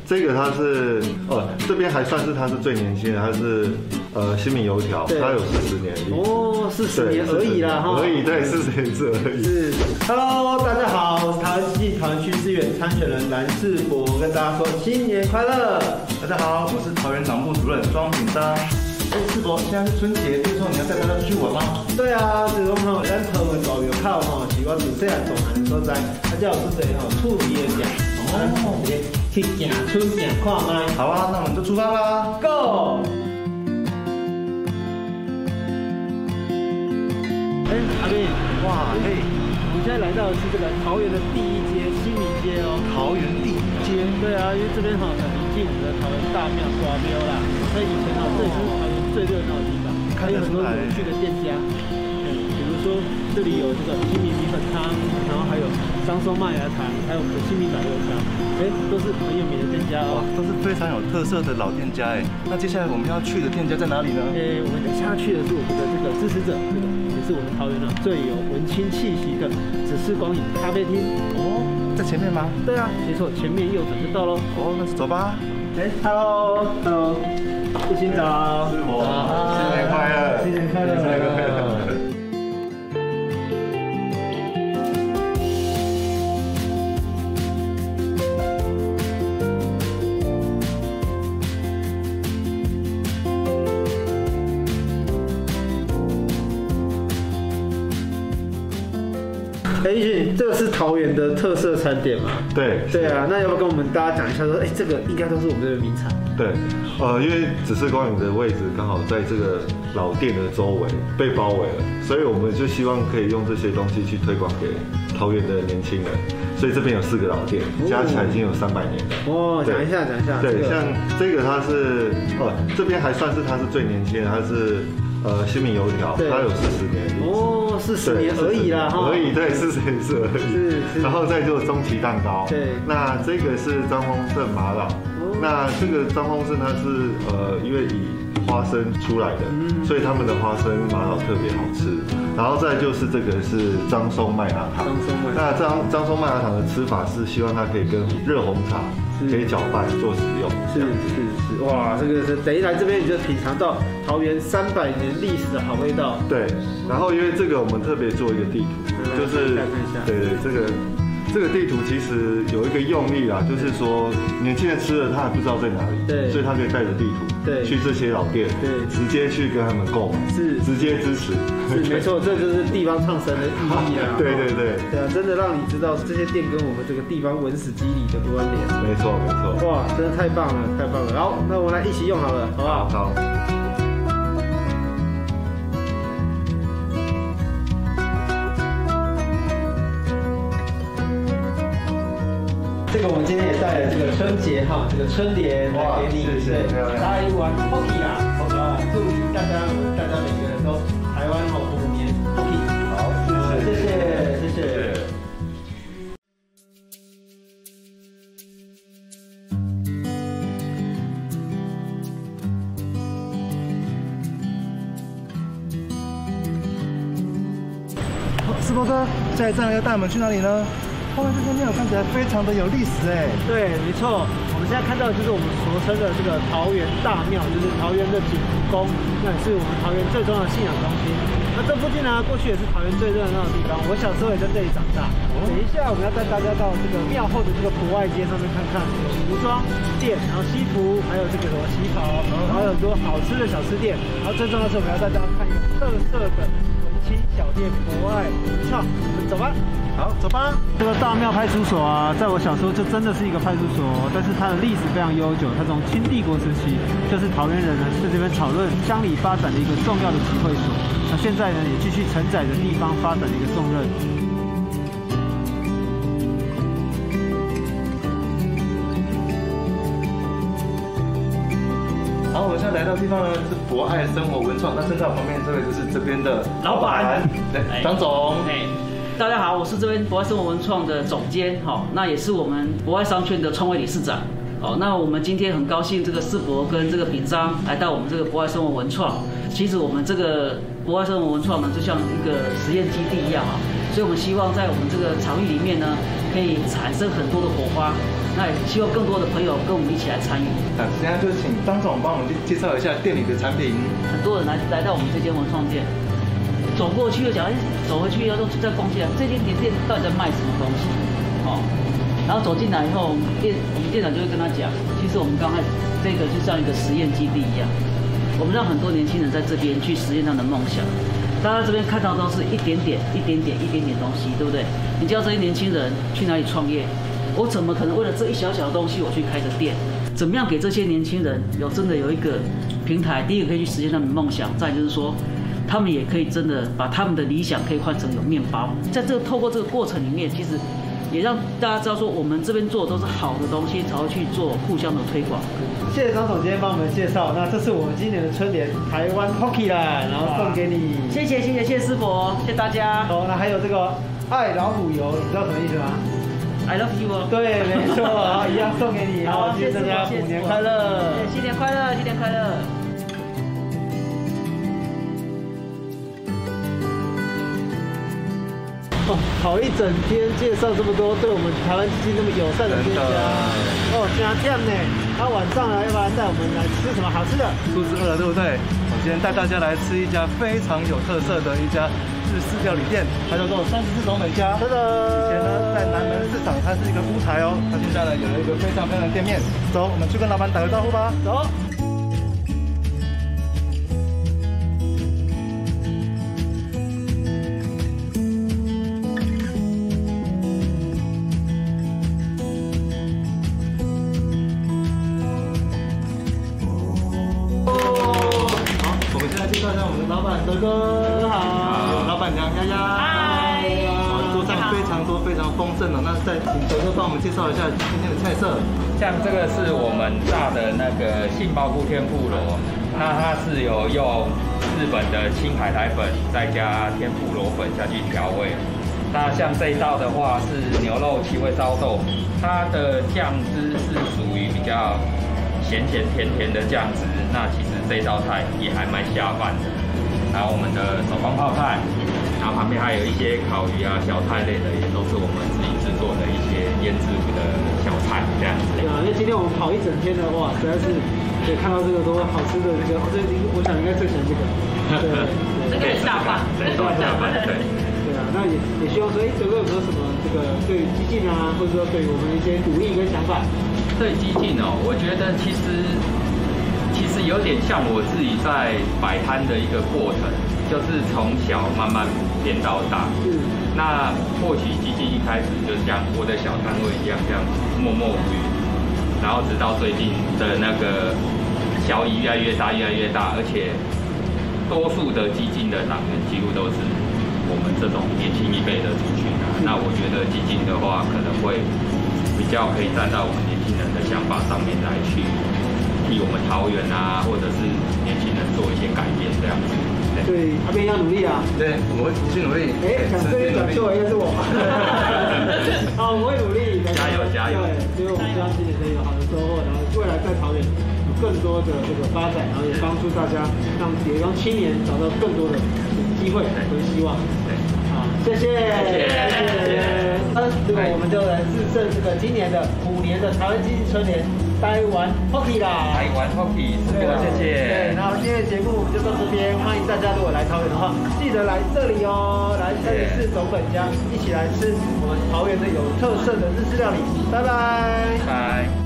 这个它是这边还算是它是最年轻的，它是新民油条，它有40年历史。 哦，40年而已啦哈。 而已，对，40年而已。 是 ，Hello， 大家好，我是桃园市桃园区资源参选人蓝世博，跟大家说新年快乐。 大家好，我是桃园党部主任庄炳章。世博，现在是春节，听说你要带大家出去玩吗？ 对啊，就是讲吼，咱桃园路有口吼，是我自细汉大汉的所在，才有出侪吼趣味的店，去行春行看卖。 好啊，那我们就出发啦 ，Go！ 阿斌， 哇，嘿， 我们现在来到的是这个桃园的第一街新民街哦。 桃园第一街。 对啊，因为这边哈很临近我们的桃园大庙挂庙啦，所以以前哈这里是桃园最热闹的地方，还有很多有趣的店家。比如说这里有这个新民米粉汤，然后还有张松麦芽糖，还有新民奶油条，都是很有名的店家哦。 都是非常有特色的老店家哎。那接下来我们要去的店家在哪里呢？ 我们等下去的是我们的这个支持者，这个也是我们桃园最有文青气息的只是光影咖啡厅。 哦，在前面吗？ 对啊，没错，前面右转就到喽。 哦，那走吧。 Hello， 一清早， 是我，新年快乐， 新年快乐，新年快乐。一群，这个是桃园的特色餐点嘛？ 对， 对啊，那要不要跟我们大家讲一下说，这个应该都是我们这边名产。 对，因为只是光影的位置刚好在这个老店的周围被包围了，所以我们就希望可以用这些东西去推广给桃园的年轻人。所以这边有4个老店，加起来已经有300年了。 哦，讲一下。 对，像这个它是这边还算是它是最年轻的，它是新民油条，它有40年历史。哦，40年而已啦哈。而已，对，40年是而已。是。然后再就是中旗蛋糕。对。那这个是张丰盛玛瑙。那这个张丰盛它是因为以花生出来的，所以他们的花生玛瑙特别好吃。然后再就是这个是张松麦芽糖。那张松麦芽糖的吃法是希望它可以跟热红茶可以搅拌做使用。是，哇，这个是等一来这边你就品尝到桃园300年历史的好味道。对，然后因为这个我们特别做一个地图，就是对这个地图其实有一个用意啦，就是说年轻人吃了他还不知道在哪里，对，所以他可以带着地图，对，去这些老店，对，直接去跟他们购买，是直接支持，是没错，这就是地方创生的意义啊。对啊，真的让你知道这些店跟我们这个地方文史基理的关联。没错。哇，真的太棒了。好，那我们来一起用好了，好不好？好。这个我们今天也带了这个春节哈，这个春联来给你，对，大家一碗 Hockey 啦，祝大家每个人都台湾好虎年 Hockey。好，谢谢。 世博哥，下一站要带我们去哪里呢？后面这间庙看起来非常的有历史哎。对，没错，我们现在看到的就是我们俗称的这个桃园大庙，就是桃园的景福宫，那也是我们桃园最重要的信仰中心。那这附近呢，过去也是桃园最热闹的地方，我小时候也在这里长大。等一下我们要带大家到这个庙后的这个博爱街上面看看，有服装店，然后西服，还有这个什么旗袍，然后有很多好吃的小吃店，然后最重要的是我们要带大家看一个特色的文青小店博爱文创，我们走吧。好，走吧。这个大庙派出所啊，在我小时候就真的是一个派出所，但是它的历史非常悠久，它从清帝国时期就是桃园人呢在这边讨论乡里发展的一个重要的集会所。那现在呢，也继续承载着地方发展的一个重任。好，我们现在来到的地方呢是博爱生活文创，那正在我旁边这位就是这边的老板，对，张总。 大家好，我是这边博爱生活文创的总监，那也是我们博爱商圈的创会理事长。那我们今天很高兴，这个世博跟这个秉章来到我们这个博爱生活文创。其实我们这个博爱生活文创呢，就像一个实验基地一样所以我们希望在我们这个场域里面呢，可以产生很多的火花。 那也希望更多的朋友跟我们一起来参与。 现在就请张总帮我们介绍一下店里的产品。 很多人来到我们这间文创店，走过去又讲，走回去要都在逛街，这间店到底在卖什么东西？哦，然后走进来以后，我们店长就会跟他讲，其实我们刚开始这个就像一个实验基地一样，我们让很多年轻人在这边去实验他的梦想。大家这边看到都是一点点东西，对不对？你叫这些年轻人去哪里创业？我怎么可能为了这一小小的东西我去开个店？怎么样给这些年轻人真的有一个平台？第一个可以去实现他们的梦想，再就是说，他们也可以真的把他们的理想可以换成有面包。在透过这个过程里面，其实也让大家知道说，我们这边做的都是好的东西，才会去做互相的推广。 谢谢张总今天帮我们介绍，那这是我们今年的春联台湾 Hockey 啦，然后送给你。 谢谢师伯，谢谢大家。 那还有这个爱老虎油，你知道什么意思吗 ？I love you 哦。 对，没错，好，一样送给你。好，谢谢大家，虎年快乐！ 新年快乐，新年快乐！ 哦，跑一整天，介绍这么多对我们台湾基金那么友善的店家，哦，加酱呢。那晚上呢，要不然带我们来吃什么好吃的？ 肚子饿了，对不对？我今天带大家来吃一家非常有特色的一家日式料理店，它叫做34种本家。 真的。 以前呢，在南门市场，它是一个屋台哦，它现在呢有了一个非常漂亮的店面。走，我们去跟老板打个招呼吧。 走。 介绍一下我们的老板德哥，好，老板娘丫丫， 嗨， 桌上非常丰盛的。那再请德哥帮我们介绍一下今天的菜色。 像这个是我们炸的那个杏鲍菇天妇罗，那它是有用日本的青海苔粉，再加天妇罗粉下去调味。那像这一道的话是牛肉七味烧豆腐，它的酱汁是属于比较咸甜的酱汁，那其实这道菜也还蛮下饭的。然后我们的手工泡菜，然后旁边还有一些烤鱼啊、小菜类的，也都是我们自己制作的一些腌制的小菜这样子。 对啊，因为今天我们跑一整天的话，实在是可以看到这个多好吃的这个，我想应该最喜欢这个。对， 这个也下饭， 这个下饭，对。 对啊，那也希望说，德哥有没有什么这个对于基进啊，或者说对于我们一些鼓励跟想法？ 对基进哦，我觉得其实有点像我自己在摆摊的一个过程，就是从小慢慢变到大。那或许基进一开始就像我的小摊位一样，这样默默无语，然后直到最近的那个效益越来越大，而且多数的基进的党员几乎都是我们这种年轻一辈的族群啊。那我觉得基进的话，可能会比较可以站在我们年轻人的想法上面来去替我们桃园啊，或者是年轻人做一些改变这样子。 对，阿边要努力啊。 对，我们会继续努力。 讲这边讲错应该是我。好，我会努力。 加油！ 对，所以我们希望今年能有好的收获，然后未来在桃园有更多的这个发展，然后也帮助大家，让青年找到更多的机会和希望。好，谢谢。这个我们就来致胜这个今年的虎年的台湾基进春联台湾 Hockey 啦。 台湾 Hockey， 谢谢。 对，然后今天的节目就到这边，欢迎大家如果来桃园的话，记得来这里哦，来34种本家，一起来吃我们桃园的有特色的日式料理。拜拜。 拜。